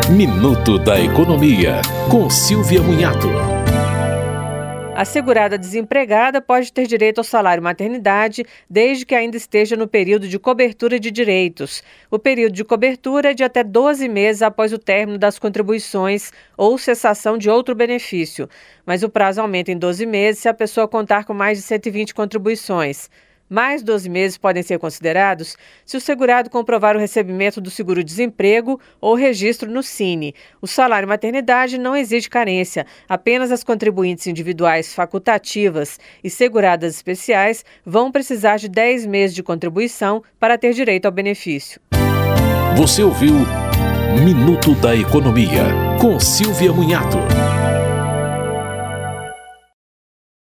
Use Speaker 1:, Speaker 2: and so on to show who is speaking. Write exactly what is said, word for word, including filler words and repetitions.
Speaker 1: Minuto da Economia, com Silvia Munhato.
Speaker 2: A segurada desempregada pode ter direito ao salário maternidade desde que ainda esteja no período de cobertura de direitos. O período de cobertura é de até doze meses após o término das contribuições ou cessação de outro benefício, mas o prazo aumenta em doze meses se a pessoa contar com mais de cento e vinte contribuições. Mais doze meses podem ser considerados se o segurado comprovar o recebimento do seguro-desemprego ou registro no Cine. O salário maternidade não exige carência, apenas as contribuintes individuais facultativas e seguradas especiais vão precisar de dez meses de contribuição para ter direito ao benefício.
Speaker 1: Você ouviu Minuto da Economia, com Silvia Munhato.